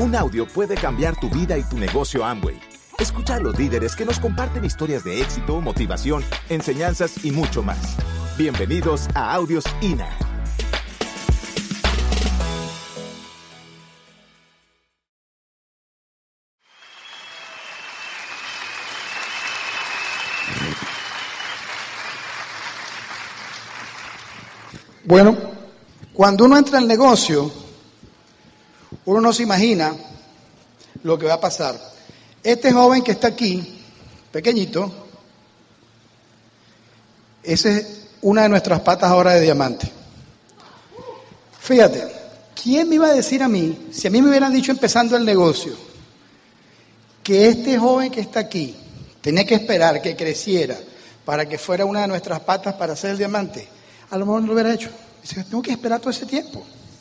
Un audio puede cambiar tu vida y tu negocio Amway. Escucha a los líderes que nos comparten historias de éxito, motivación, enseñanzas y mucho más. Bienvenidos a Audios INA. Bueno, cuando uno entra al negocio, uno no se imagina lo que va a pasar. Este joven que está aquí, pequeñito, esa es una de nuestras patas ahora de diamante. Fíjate, ¿quién me iba a decir a mí, si a mí me hubieran dicho empezando el negocio, que este joven que está aquí tenía que esperar que creciera para que fuera una de nuestras patas para hacer el diamante? A lo mejor no lo hubiera hecho. Dice, tengo que esperar todo ese tiempo.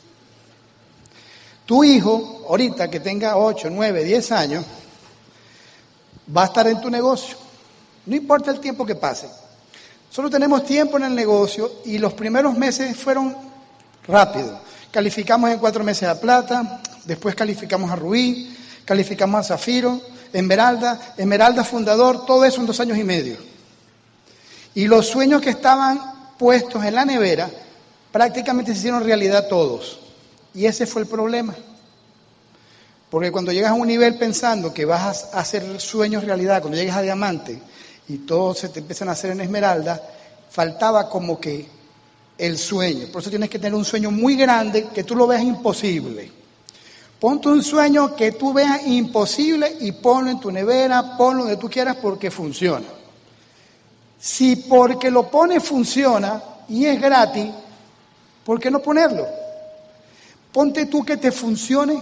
Tu hijo, ahorita que tenga 8, 9, 10 años, va a estar en tu negocio. No importa el tiempo que pase. Solo tenemos tiempo en el negocio y los primeros meses fueron rápidos. Calificamos en 4 meses a plata, después calificamos a rubí, calificamos a zafiro, esmeralda fundador, todo eso en 2 años y medio. Y los sueños que estaban puestos en la nevera, prácticamente se hicieron realidad todos. Y ese fue el problema. Porque cuando llegas a un nivel pensando que vas a hacer sueños realidad, cuando llegas a diamante y todos se te empiezan a hacer en esmeralda, faltaba como que el sueño. Por eso tienes que tener un sueño muy grande que tú lo veas imposible. Ponte un sueño que tú veas imposible y ponlo en tu nevera, ponlo donde tú quieras porque funciona. Si porque lo pones funciona y es gratis, ¿por qué no ponerlo? Ponte tú que te funcione.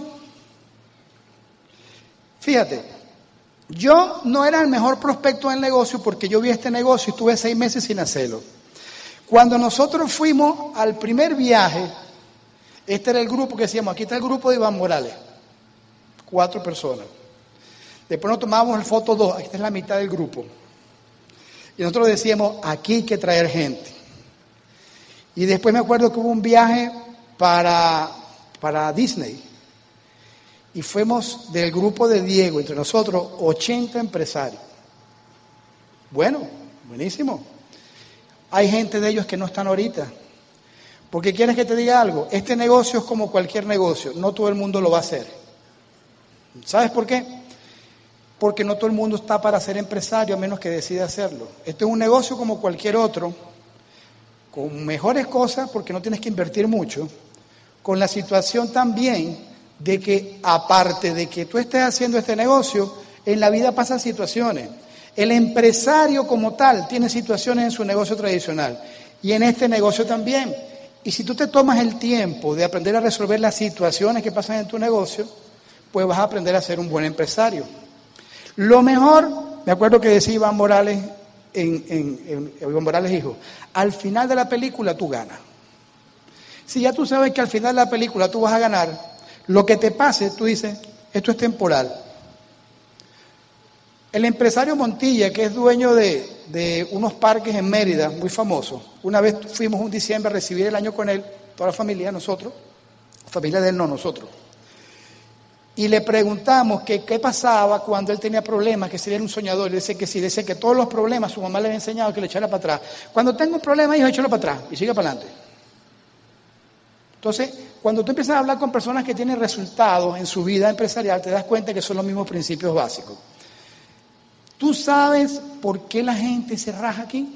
Fíjate, yo no era el mejor prospecto del negocio porque yo vi este negocio y estuve 6 meses sin hacerlo. Cuando nosotros fuimos al primer viaje, este era el grupo que decíamos, aquí está el grupo de Iván Morales, 4 personas. Después nos tomábamos el foto 2, esta es la mitad del grupo. Y nosotros decíamos, aquí hay que traer gente. Y después me acuerdo que hubo un viaje para Disney. Y fuimos del grupo de Diego, entre nosotros, 80 empresarios. Bueno, buenísimo. Hay gente de ellos que no están ahorita. Porque quieres que te diga algo, este negocio es como cualquier negocio, no todo el mundo lo va a hacer. ¿Sabes por qué? Porque no todo el mundo está para ser empresario a menos que decida hacerlo. Este es un negocio como cualquier otro, con mejores cosas porque no tienes que invertir mucho, con la situación también de que aparte de que tú estés haciendo este negocio, en la vida pasan situaciones. El empresario como tal tiene situaciones en su negocio tradicional y en este negocio también. Y si tú te tomas el tiempo de aprender a resolver las situaciones que pasan en tu negocio, pues vas a aprender a ser un buen empresario. Lo mejor, me acuerdo que decía Iván Morales, Iván Morales hijo, al final de la película tú ganas. Si ya tú sabes que al final de la película tú vas a ganar, lo que te pase, tú dices, esto es temporal. El empresario Montilla, que es dueño de unos parques en Mérida, muy famosos, una vez fuimos un diciembre a recibir el año con él, toda la familia, nosotros, familia de él no, nosotros. Y le preguntamos que qué pasaba cuando él tenía problemas, que si él era un soñador. Y dice que sí, dice que todos los problemas su mamá le había enseñado que le echara para atrás. Cuando tenga un problema, hijo, échalo para atrás y sigue para adelante. Entonces, cuando tú empiezas a hablar con personas que tienen resultados en su vida empresarial, te das cuenta que son los mismos principios básicos. ¿Tú sabes por qué la gente se raja aquí?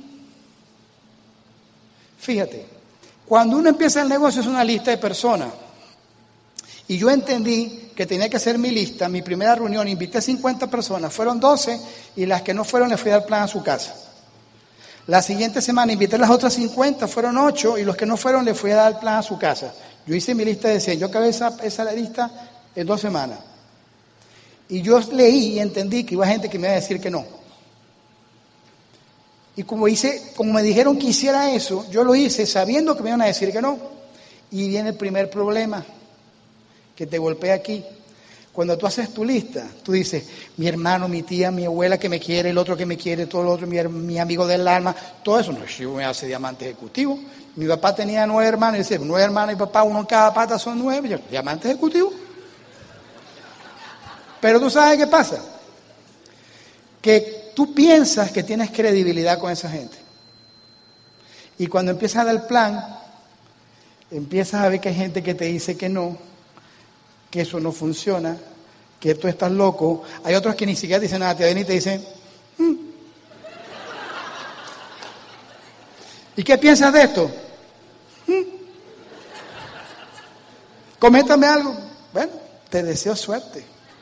Fíjate, cuando uno empieza el negocio es una lista de personas. Y yo entendí que tenía que hacer mi lista, mi primera reunión, invité a 50 personas, fueron 12 y las que no fueron les fui a dar plan a su casa. La siguiente semana invité a las otras 50, fueron 8 y los que no fueron les fui a dar plan a su casa. Yo hice mi lista de 100, yo acabé esa lista en 2 semanas. Y yo leí y entendí que iba gente que me iba a decir que no. Y como me dijeron que hiciera eso, yo lo hice sabiendo que me iban a decir que no. Y viene el primer problema que te golpea aquí. Cuando tú haces tu lista, tú dices, mi hermano, mi tía, mi abuela que me quiere, el otro que me quiere, todo lo otro, mi amigo del alma, todo eso. No, yo me hace diamante ejecutivo. Mi papá tenía 9 hermanos, y dice, 9 hermanos y papá, uno en cada pata son 9, yo, diamante ejecutivo. Pero tú sabes qué pasa, que tú piensas que tienes credibilidad con esa gente. Y cuando empiezas a dar el plan, empiezas a ver que hay gente que te dice que no, que eso no funciona, que tú estás loco. Hay otros que ni siquiera dicen nada, te ven y te dicen, ¿y qué piensas de esto? Coméntame algo. Bueno, te deseo suerte.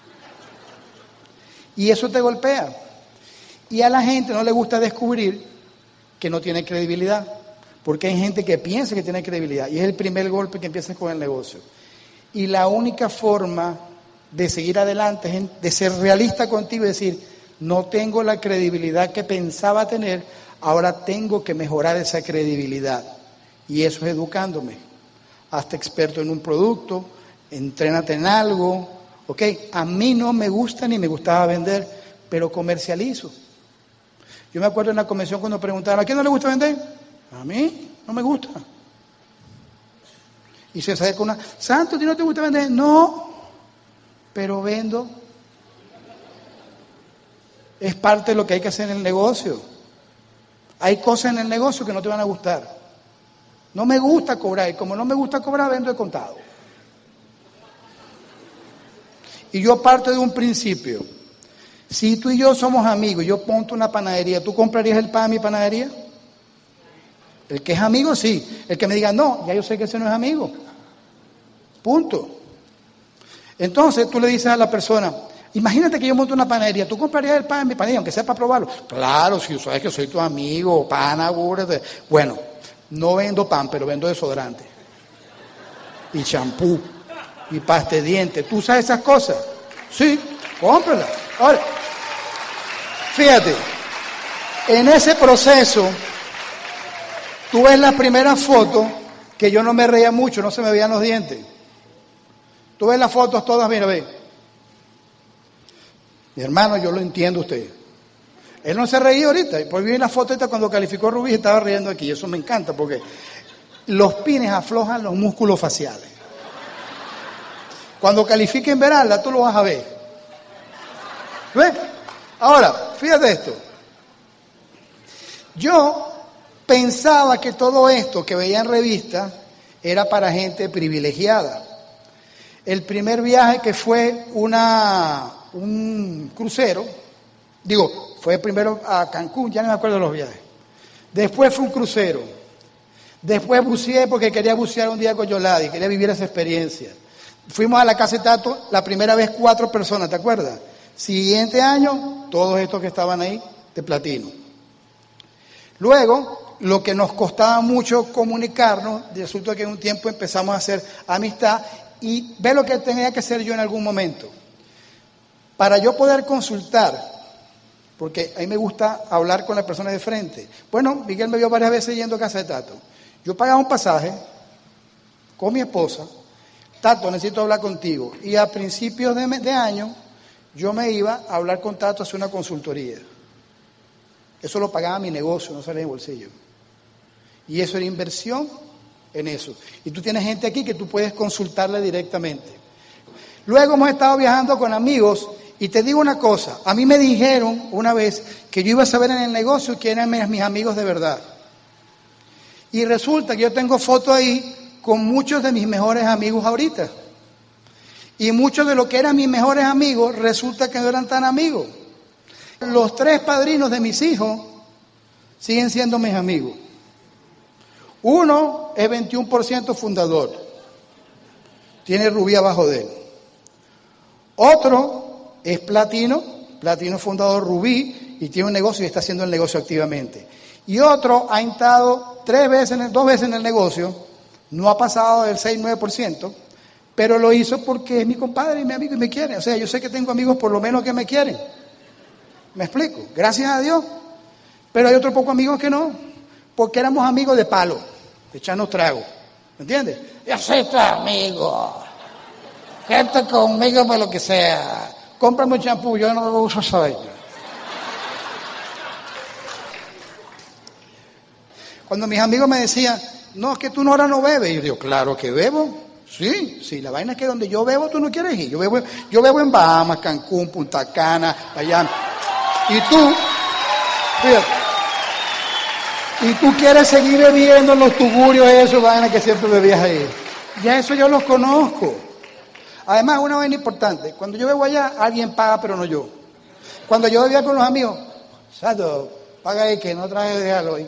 Y eso te golpea. Y a la gente no le gusta descubrir que no tiene credibilidad. Porque hay gente que piensa que tiene credibilidad. Y es el primer golpe que empieza con el negocio. Y la única forma de seguir adelante es de ser realista contigo y decir, no tengo la credibilidad que pensaba tener, ahora tengo que mejorar esa credibilidad. Y eso es educándome. Hazte experto en un producto, entrénate en algo. Ok, a mí no me gusta ni me gustaba vender, pero comercializo. Yo me acuerdo en la convención cuando preguntaron, ¿a quién no le gusta vender? A mí no me gusta. Y se acerca una, Santo, ¿a ti no te gusta vender? No, pero vendo. Es parte de lo que hay que hacer en el negocio. Hay cosas en el negocio que no te van a gustar. No me gusta cobrar, y como no me gusta cobrar, vendo de contado. Y yo parto de un principio. Si tú y yo somos amigos, yo monto una panadería, ¿tú comprarías el pan a mi panadería? El que es amigo, sí. El que me diga, no, ya yo sé que ese no es amigo. Punto. Entonces tú le dices a la persona, imagínate que yo monto una panadería, ¿tú comprarías el pan en mi panadería, aunque sea para probarlo? Claro, si sabes que soy tu amigo, pana, búrate. Bueno, no vendo pan, pero vendo desodorante. Y champú. Y pasta de dientes. ¿Tú sabes esas cosas? Sí, cómprala. Ahora, fíjate, en ese proceso, tú ves la primera foto que yo no me reía mucho, no se me veían los dientes. Tú ves las fotos todas, mira, ve. Mi hermano, yo lo entiendo usted. Él no se reía ahorita. Y por vi la foto esta cuando calificó Rubí estaba riendo aquí. Eso me encanta porque los pines aflojan los músculos faciales. Cuando califiquen verala, tú lo vas a ver. ¿Ves? Ahora, fíjate esto. Yo pensaba que todo esto que veía en revistas era para gente privilegiada. El primer viaje que fue un crucero, fue primero a Cancún, ya no me acuerdo de los viajes. Después fue un crucero. Después buceé porque quería bucear un día con Yoladi, quería vivir esa experiencia. Fuimos a la casa de Tato, la primera vez 4 personas, ¿te acuerdas? Siguiente año, todos estos que estaban ahí, de platino. Luego, lo que nos costaba mucho comunicarnos, resulta que en un tiempo empezamos a hacer amistad y ve lo que tenía que hacer yo en algún momento. Para yo poder consultar, porque a mí me gusta hablar con la persona de frente. Bueno, Miguel me vio varias veces yendo a casa de Tato. Yo pagaba un pasaje con mi esposa. Tato, necesito hablar contigo. Y a principios de año, yo me iba a hablar con Tato a hacer una consultoría. Eso lo pagaba mi negocio, no salía de mi bolsillo. Y eso era inversión en eso. Y tú tienes gente aquí que tú puedes consultarle directamente. Luego hemos estado viajando con amigos y te digo una cosa. A mí me dijeron una vez que yo iba a saber en el negocio quién eran mis amigos de verdad. Y resulta que yo tengo fotos ahí con muchos de mis mejores amigos ahorita. Y muchos de los que eran mis mejores amigos resulta que no eran tan amigos. Los 3 padrinos de mis hijos siguen siendo mis amigos. Uno es 21% fundador. Tiene Rubí abajo de él. Otro es platino fundador Rubí y tiene un negocio y está haciendo el negocio activamente. Y otro ha entrado 2 veces en el negocio. No ha pasado del 6-9%, pero lo hizo porque es mi compadre y mi amigo y me quiere. O sea, yo sé que tengo amigos por lo menos que me quieren. ¿Me explico? Gracias a Dios. Pero hay otros pocos amigos que no, porque éramos amigos de palo, de echarnos tragos. ¿Me entiendes? Yo soy tu amigo. Quédate conmigo para lo que sea. Cómprame un champú, yo no lo uso esa vaina. Cuando mis amigos me decían, no, es que tú ahora no bebes. Y yo digo, claro que bebo. Sí, la vaina es que donde yo bebo tú no quieres ir. Yo bebo en Bahamas, Cancún, Punta Cana, Miami. Y tú, fíjate, y tú quieres seguir bebiendo en los tugurios, esos vainas que siempre bebías ahí. Ya eso yo los conozco. Además, una vaina importante, cuando yo bebo allá, alguien paga, pero no yo. Cuando yo bebía con los amigos, Sato, paga ahí que no traje de hoy.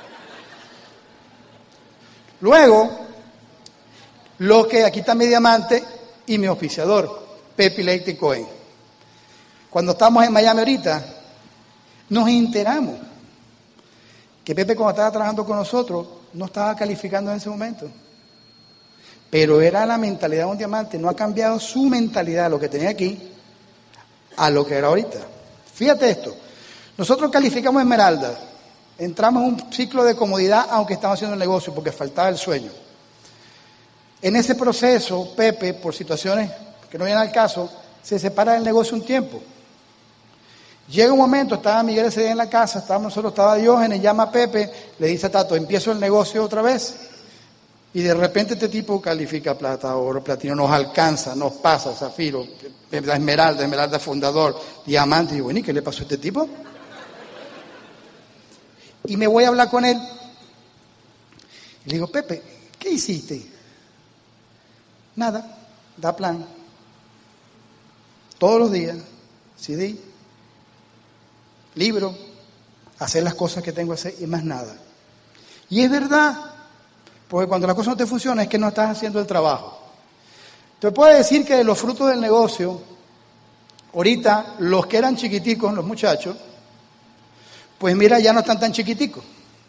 Luego, lo que aquí está mi diamante y mi auspiciador, Pepe Leite Cohen. Cuando estábamos en Miami ahorita, nos enteramos que Pepe, cuando estaba trabajando con nosotros, no estaba calificando en ese momento. Pero era la mentalidad de un diamante, no ha cambiado su mentalidad, lo que tenía aquí, a lo que era ahorita. Fíjate esto, nosotros calificamos Esmeralda, entramos en un ciclo de comodidad, aunque estamos haciendo el negocio, porque faltaba el sueño. En ese proceso, Pepe, por situaciones que no vienen al caso, se separa del negocio un tiempo. Llega un momento, estaba Miguel ese día en la casa, estaba Diógenes, llama a Pepe, le dice a Tato, empiezo el negocio otra vez. Y de repente este tipo califica plata, oro, platino, nos alcanza, nos pasa, zafiro, la esmeralda fundador, diamante. Y digo, bueno, ¿y qué le pasó a este tipo? Y me voy a hablar con él. Y le digo, Pepe, ¿qué hiciste? Nada, da plan. Todos los días, CD, libro, hacer las cosas que tengo que hacer y más nada. Y es verdad, porque cuando la cosa no te funciona es que no estás haciendo el trabajo. Te puedo decir que de los frutos del negocio, ahorita los que eran chiquiticos, los muchachos, pues mira, ya no están tan chiquiticos.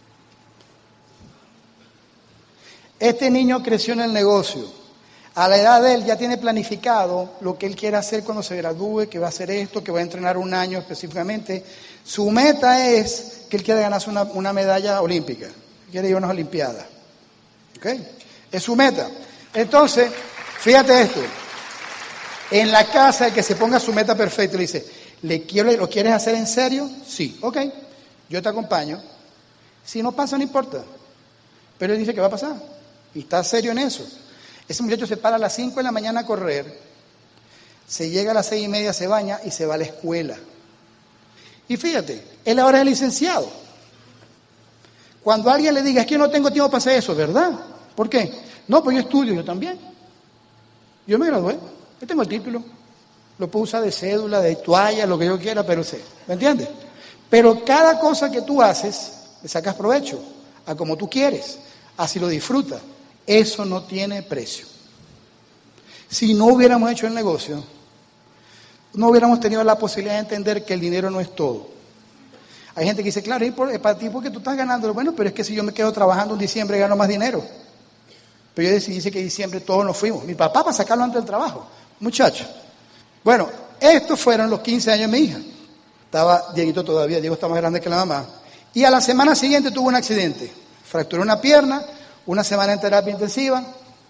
Este niño creció en el negocio. A la edad de él ya tiene planificado lo que él quiere hacer cuando se gradúe, que va a hacer esto, que va a entrenar un año específicamente. Su meta es que él quiere ganarse una medalla olímpica, quiere ir a unas olimpiadas. ¿Ok? Es su meta. Entonces, fíjate esto. En la casa, el que se ponga su meta perfecta le dice, ¿lo quieres hacer en serio? Sí. Ok, yo te acompaño. Si no pasa, no importa. Pero él dice que va a pasar. Y está serio en eso. Ese muchacho se para a las 5 de la mañana a correr, se llega a las 6:30, se baña y se va a la escuela. Y fíjate, él ahora es licenciado. Cuando alguien le diga, es que no tengo tiempo para hacer eso, ¿verdad? ¿Por qué? No, pues yo estudio, yo también. Yo me gradué, yo tengo el título. Lo puedo usar de cédula, de toalla, lo que yo quiera, pero sé. ¿Me entiendes? Pero cada cosa que tú haces, le sacas provecho a como tú quieres, así lo disfrutas. Eso no tiene precio. Si no hubiéramos hecho el negocio, no hubiéramos tenido la posibilidad de entender que el dinero no es todo. Hay gente que dice, claro, es para ti porque tú estás ganando. Bueno, pero es que si yo me quedo trabajando en diciembre gano más dinero. Pero yo decidí que en diciembre todos nos fuimos. Mi papá para sacarlo antes del trabajo. Muchacho. Bueno, estos fueron los 15 años de mi hija. Estaba Dieguito todavía, Diego está más grande que la mamá. Y a la semana siguiente tuvo un accidente. Fracturó una pierna. Una semana en terapia intensiva,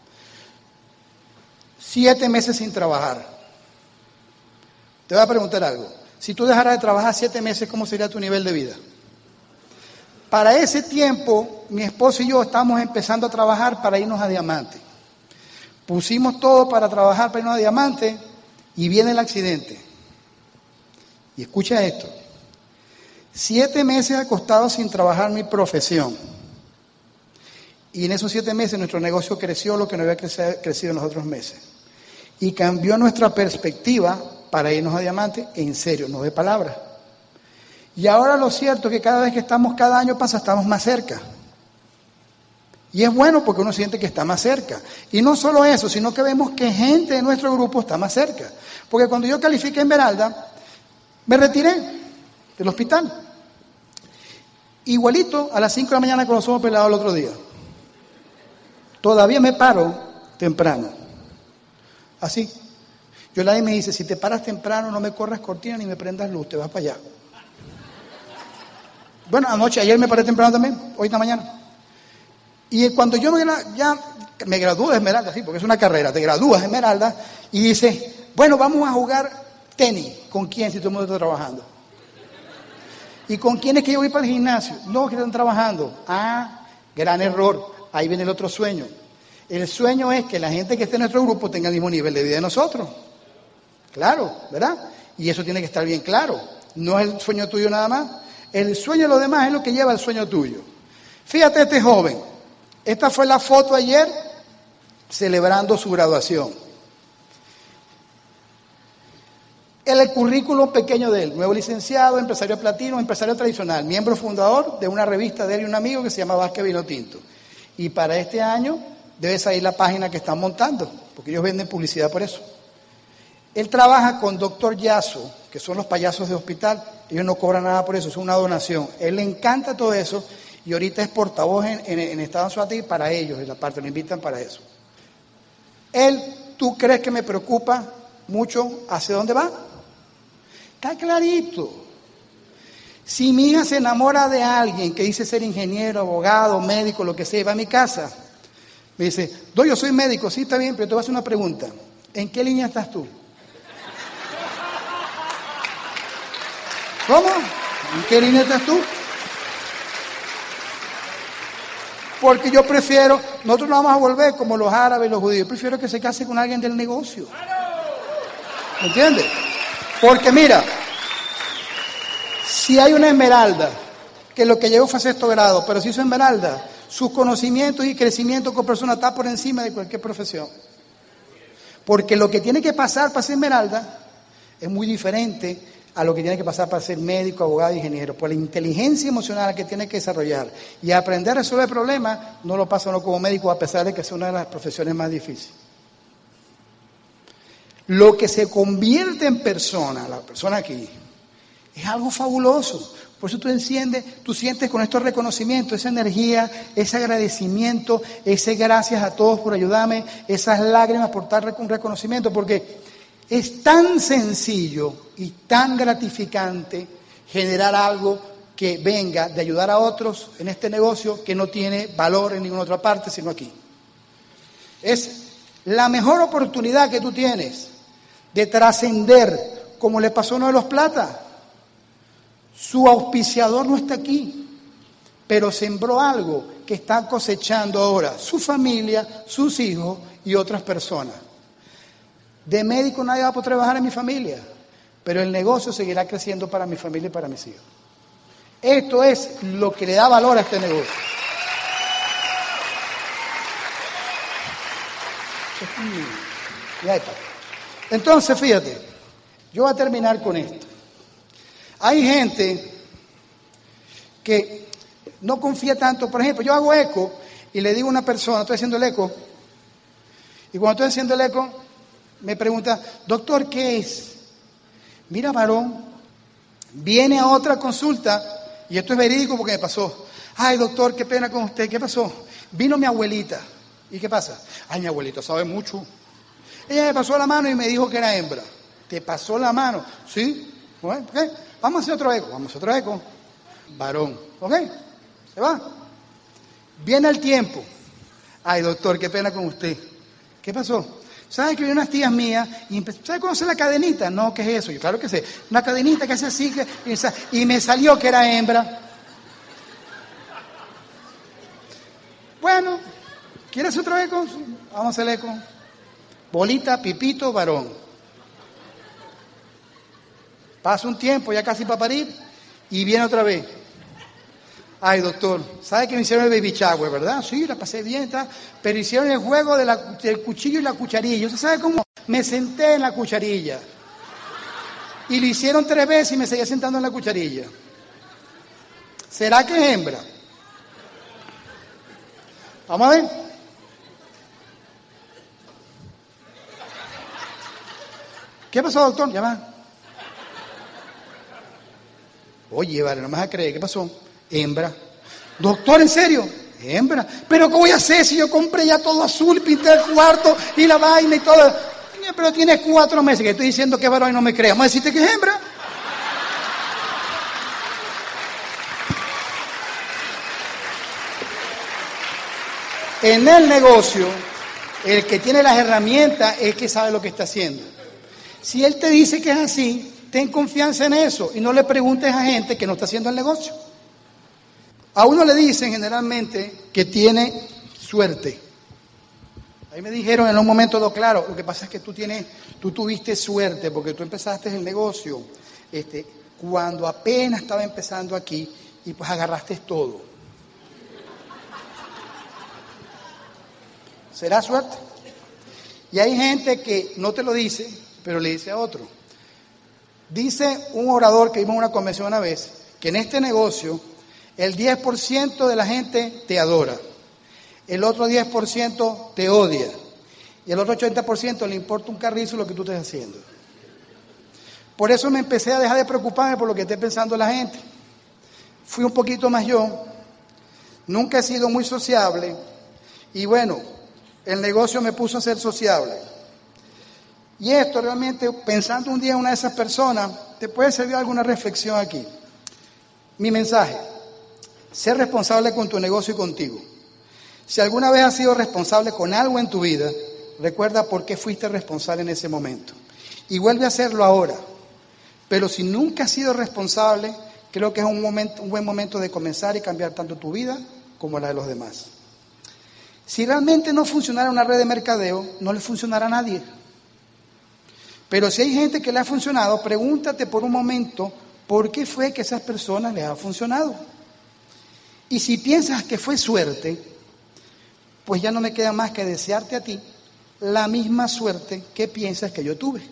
7 meses sin trabajar. Te voy a preguntar algo. Si tú dejaras de trabajar 7 meses, ¿cómo sería tu nivel de vida? Para ese tiempo, mi esposo y yo estábamos empezando a trabajar para irnos a Diamante. Pusimos todo para trabajar para irnos a Diamante y viene el accidente. Y escucha esto. 7 meses acostado sin trabajar mi profesión. Y en esos 7 meses nuestro negocio creció lo que no había crecido en los otros meses. Y cambió nuestra perspectiva para irnos a Diamante en serio, no de palabras. Y ahora lo cierto es que cada vez que cada año pasa, estamos más cerca. Y es bueno porque uno siente que está más cerca. Y no solo eso, sino que vemos que gente de nuestro grupo está más cerca. Porque cuando yo califiqué Esmeralda, me retiré del hospital. Igualito a las 5 de la mañana con los ojos pelados el otro día. Todavía me paro temprano. Así. Yolanda me dice, si te paras temprano, no me corras cortina ni me prendas luz, te vas para allá. Bueno, ayer me paré temprano también, hoy en la mañana. Y cuando yo ya me gradúo de Esmeralda, sí, porque es una carrera, te gradúas de Esmeralda, y dices, bueno, vamos a jugar tenis. ¿Con quién si todo el mundo está trabajando? ¿Y con quién es que yo voy para el gimnasio? No, que están trabajando. Ah, gran error. Ahí viene el otro sueño. El sueño es que la gente que esté en nuestro grupo tenga el mismo nivel de vida de nosotros. Claro, ¿verdad? Y eso tiene que estar bien claro. No es el sueño tuyo nada más. El sueño de los demás es lo que lleva al sueño tuyo. Fíjate este joven. Esta fue la foto ayer celebrando su graduación. El currículum pequeño de él: nuevo licenciado, empresario platino, empresario tradicional, miembro fundador de una revista de él y un amigo que se llama Vázquez Vino Tinto. Y para este año debe salir la página que están montando, porque ellos venden publicidad por eso. Él trabaja con Dr. Yaso, que son los payasos de hospital. Ellos no cobran nada por eso, es una donación. Él le encanta todo eso y ahorita es portavoz en Estados Unidos para ellos, en la parte, lo invitan para eso. ¿Tú crees que me preocupa mucho hacia dónde va? Está clarito. Si mi hija se enamora de alguien que dice ser ingeniero, abogado, médico, lo que sea, y va a mi casa, me dice: yo soy médico, sí, está bien, pero te voy a hacer una pregunta. ¿En qué línea estás tú? ¿Cómo? ¿En qué línea estás tú? Porque yo prefiero, nosotros no vamos a volver como los árabes y los judíos, prefiero que se case con alguien del negocio. ¿Me entiendes? Porque mira, si hay una esmeralda, que lo que llegó fue a sexto grado, pero si hizo esmeralda, sus conocimientos y crecimiento como persona está por encima de cualquier profesión. Porque lo que tiene que pasar para ser esmeralda es muy diferente a lo que tiene que pasar para ser médico, abogado, ingeniero. Por la inteligencia emocional que tiene que desarrollar y aprender a resolver problemas, no lo pasa uno como médico, a pesar de que es una de las profesiones más difíciles. Lo que se convierte en persona, la persona aquí, es algo fabuloso. Por eso tú sientes con estos reconocimientos, esa energía, ese agradecimiento, ese gracias a todos por ayudarme, esas lágrimas por dar un reconocimiento, porque es tan sencillo y tan gratificante generar algo que venga de ayudar a otros en este negocio que no tiene valor en ninguna otra parte sino aquí. Es la mejor oportunidad que tú tienes de trascender, como le pasó a uno de los Plata. Su auspiciador no está aquí, pero sembró algo que está cosechando ahora su familia, sus hijos y otras personas. De médico nadie va a poder trabajar en mi familia, pero el negocio seguirá creciendo para mi familia y para mis hijos. Esto es lo que le da valor a este negocio. Entonces, fíjate, yo voy a terminar con esto. Hay gente que no confía tanto. Por ejemplo, yo hago eco y le digo a una persona, estoy haciendo el eco, y cuando estoy haciendo el eco, me pregunta: doctor, ¿qué es? Mira, varón, viene a otra consulta, y esto es verídico porque me pasó. Ay, doctor, qué pena con usted, ¿qué pasó? Vino mi abuelita. ¿Y qué pasa? Ay, mi abuelita sabe mucho. Ella me pasó la mano y me dijo que era hembra. ¿Te pasó la mano? Sí. Bueno, ¿ok? Vamos a hacer otro eco. Vamos a hacer otro eco. Varón. ¿Ok? Se va. Viene el tiempo. Ay, doctor, qué pena con usted. ¿Qué pasó? ¿Sabes que vi unas tías mías y ¿sabes conocer la cadenita? No, ¿qué es eso? Yo claro que sé. Una cadenita que hace así y me salió que era hembra. Bueno, ¿quieres otro eco? Vamos a hacer el eco. Bolita, pipito, varón. Pasa un tiempo, ya casi para parir, y viene otra vez. Ay, doctor, ¿sabe que me hicieron el baby shower, verdad? Sí, la pasé bien, pero hicieron el juego del cuchillo y la cucharilla. ¿Usted sabe cómo? Me senté en la cucharilla. Y lo hicieron 3 veces y me seguía sentando en la cucharilla. ¿Será que es hembra? Vamos a ver. ¿Qué pasó, doctor? Ya va. Oye, vale, no me vas a creer. ¿Qué pasó? Hembra. Doctor, ¿en serio? Hembra. ¿Pero qué voy a hacer si yo compré ya todo azul, pinté el cuarto y la vaina y todo? Pero tienes 4 meses que estoy diciendo que es varón y no me creas. ¿Vamos a decirte que es hembra? En el negocio, el que tiene las herramientas es el que sabe lo que está haciendo. Si él te dice que es así, ten confianza en eso y no le preguntes a gente que no está haciendo el negocio. A uno le dicen generalmente que tiene suerte. Ahí me dijeron en un momento, claro, lo que pasa es que tú tuviste suerte porque tú empezaste el negocio cuando apenas estaba empezando aquí y pues agarraste todo. ¿Será suerte? Y hay gente que no te lo dice, pero le dice a otro. Dice un orador que vimos en una convención una vez, que en este negocio el 10% de la gente te adora, el otro 10% te odia y el otro 80% le importa un carrizo lo que tú estés haciendo. Por eso me empecé a dejar de preocuparme por lo que esté pensando la gente. Fui un poquito más yo, nunca he sido muy sociable y bueno, el negocio me puso a ser sociable. Y esto realmente, pensando un día en una de esas personas, te puede servir alguna reflexión aquí. Mi mensaje: sé responsable con tu negocio y contigo. Si alguna vez has sido responsable con algo en tu vida, recuerda por qué fuiste responsable en ese momento. Y vuelve a hacerlo ahora. Pero si nunca has sido responsable, creo que es un buen momento de comenzar y cambiar tanto tu vida como la de los demás. Si realmente no funcionara una red de mercadeo, no le funcionará a nadie. Pero si hay gente que le ha funcionado, pregúntate por un momento por qué fue que a esas personas les ha funcionado. Y si piensas que fue suerte, pues ya no me queda más que desearte a ti la misma suerte que piensas que yo tuve.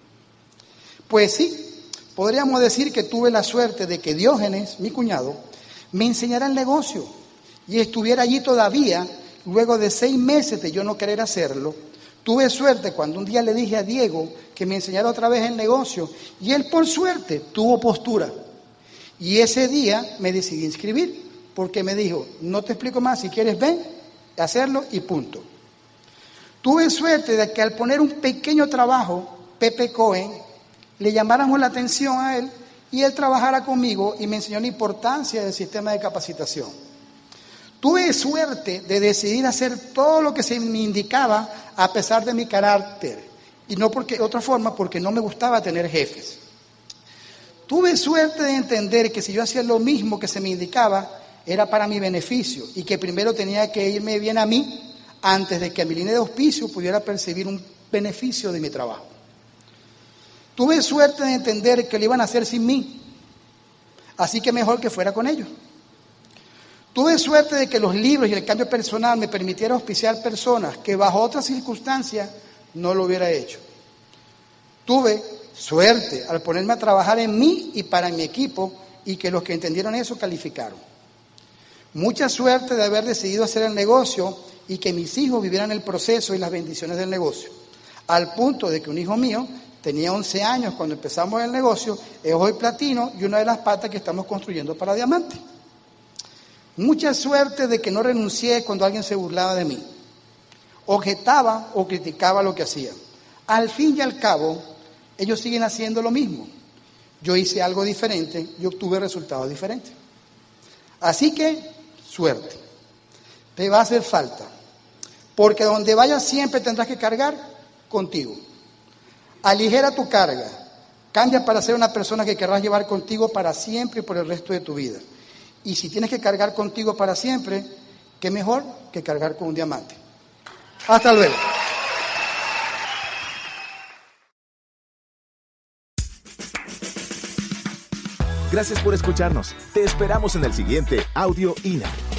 Pues sí, podríamos decir que tuve la suerte de que Diógenes, mi cuñado, me enseñara el negocio y estuviera allí todavía luego de 6 meses de yo no querer hacerlo. Tuve suerte cuando un día le dije a Diego que me enseñara otra vez el negocio y él por suerte tuvo postura. Y ese día me decidí inscribir porque me dijo, no te explico más, si quieres ven, hacerlo y punto. Tuve suerte de que al poner un pequeño trabajo, Pepe Cohen, le llamáramos la atención a él y él trabajara conmigo y me enseñó la importancia del sistema de capacitación. Tuve suerte de decidir hacer todo lo que se me indicaba a pesar de mi carácter y no porque otra forma, porque no me gustaba tener jefes. Tuve suerte de entender que si yo hacía lo mismo que se me indicaba era para mi beneficio y que primero tenía que irme bien a mí antes de que a mi línea de auspicio pudiera percibir un beneficio de mi trabajo. Tuve suerte de entender que lo iban a hacer sin mí, así que mejor que fuera con ellos. Tuve suerte de que los libros y el cambio personal me permitieran auspiciar personas que bajo otras circunstancias no lo hubiera hecho. Tuve suerte al ponerme a trabajar en mí y para mi equipo y que los que entendieron eso calificaron. Mucha suerte de haber decidido hacer el negocio y que mis hijos vivieran el proceso y las bendiciones del negocio. Al punto de que un hijo mío tenía 11 años cuando empezamos el negocio, es hoy platino y una de las patas que estamos construyendo para diamante. Mucha suerte de que no renuncié cuando alguien se burlaba de mí, objetaba o criticaba lo que hacía. Al fin y al cabo, ellos siguen haciendo lo mismo. Yo hice algo diferente y obtuve resultados diferentes. Así que, suerte. Te va a hacer falta. Porque donde vayas siempre tendrás que cargar contigo. Aligera tu carga. Cambia para ser una persona que querrás llevar contigo para siempre y por el resto de tu vida. Y si tienes que cargar contigo para siempre, qué mejor que cargar con un diamante. Hasta luego. Gracias por escucharnos. Te esperamos en el siguiente Audio INA.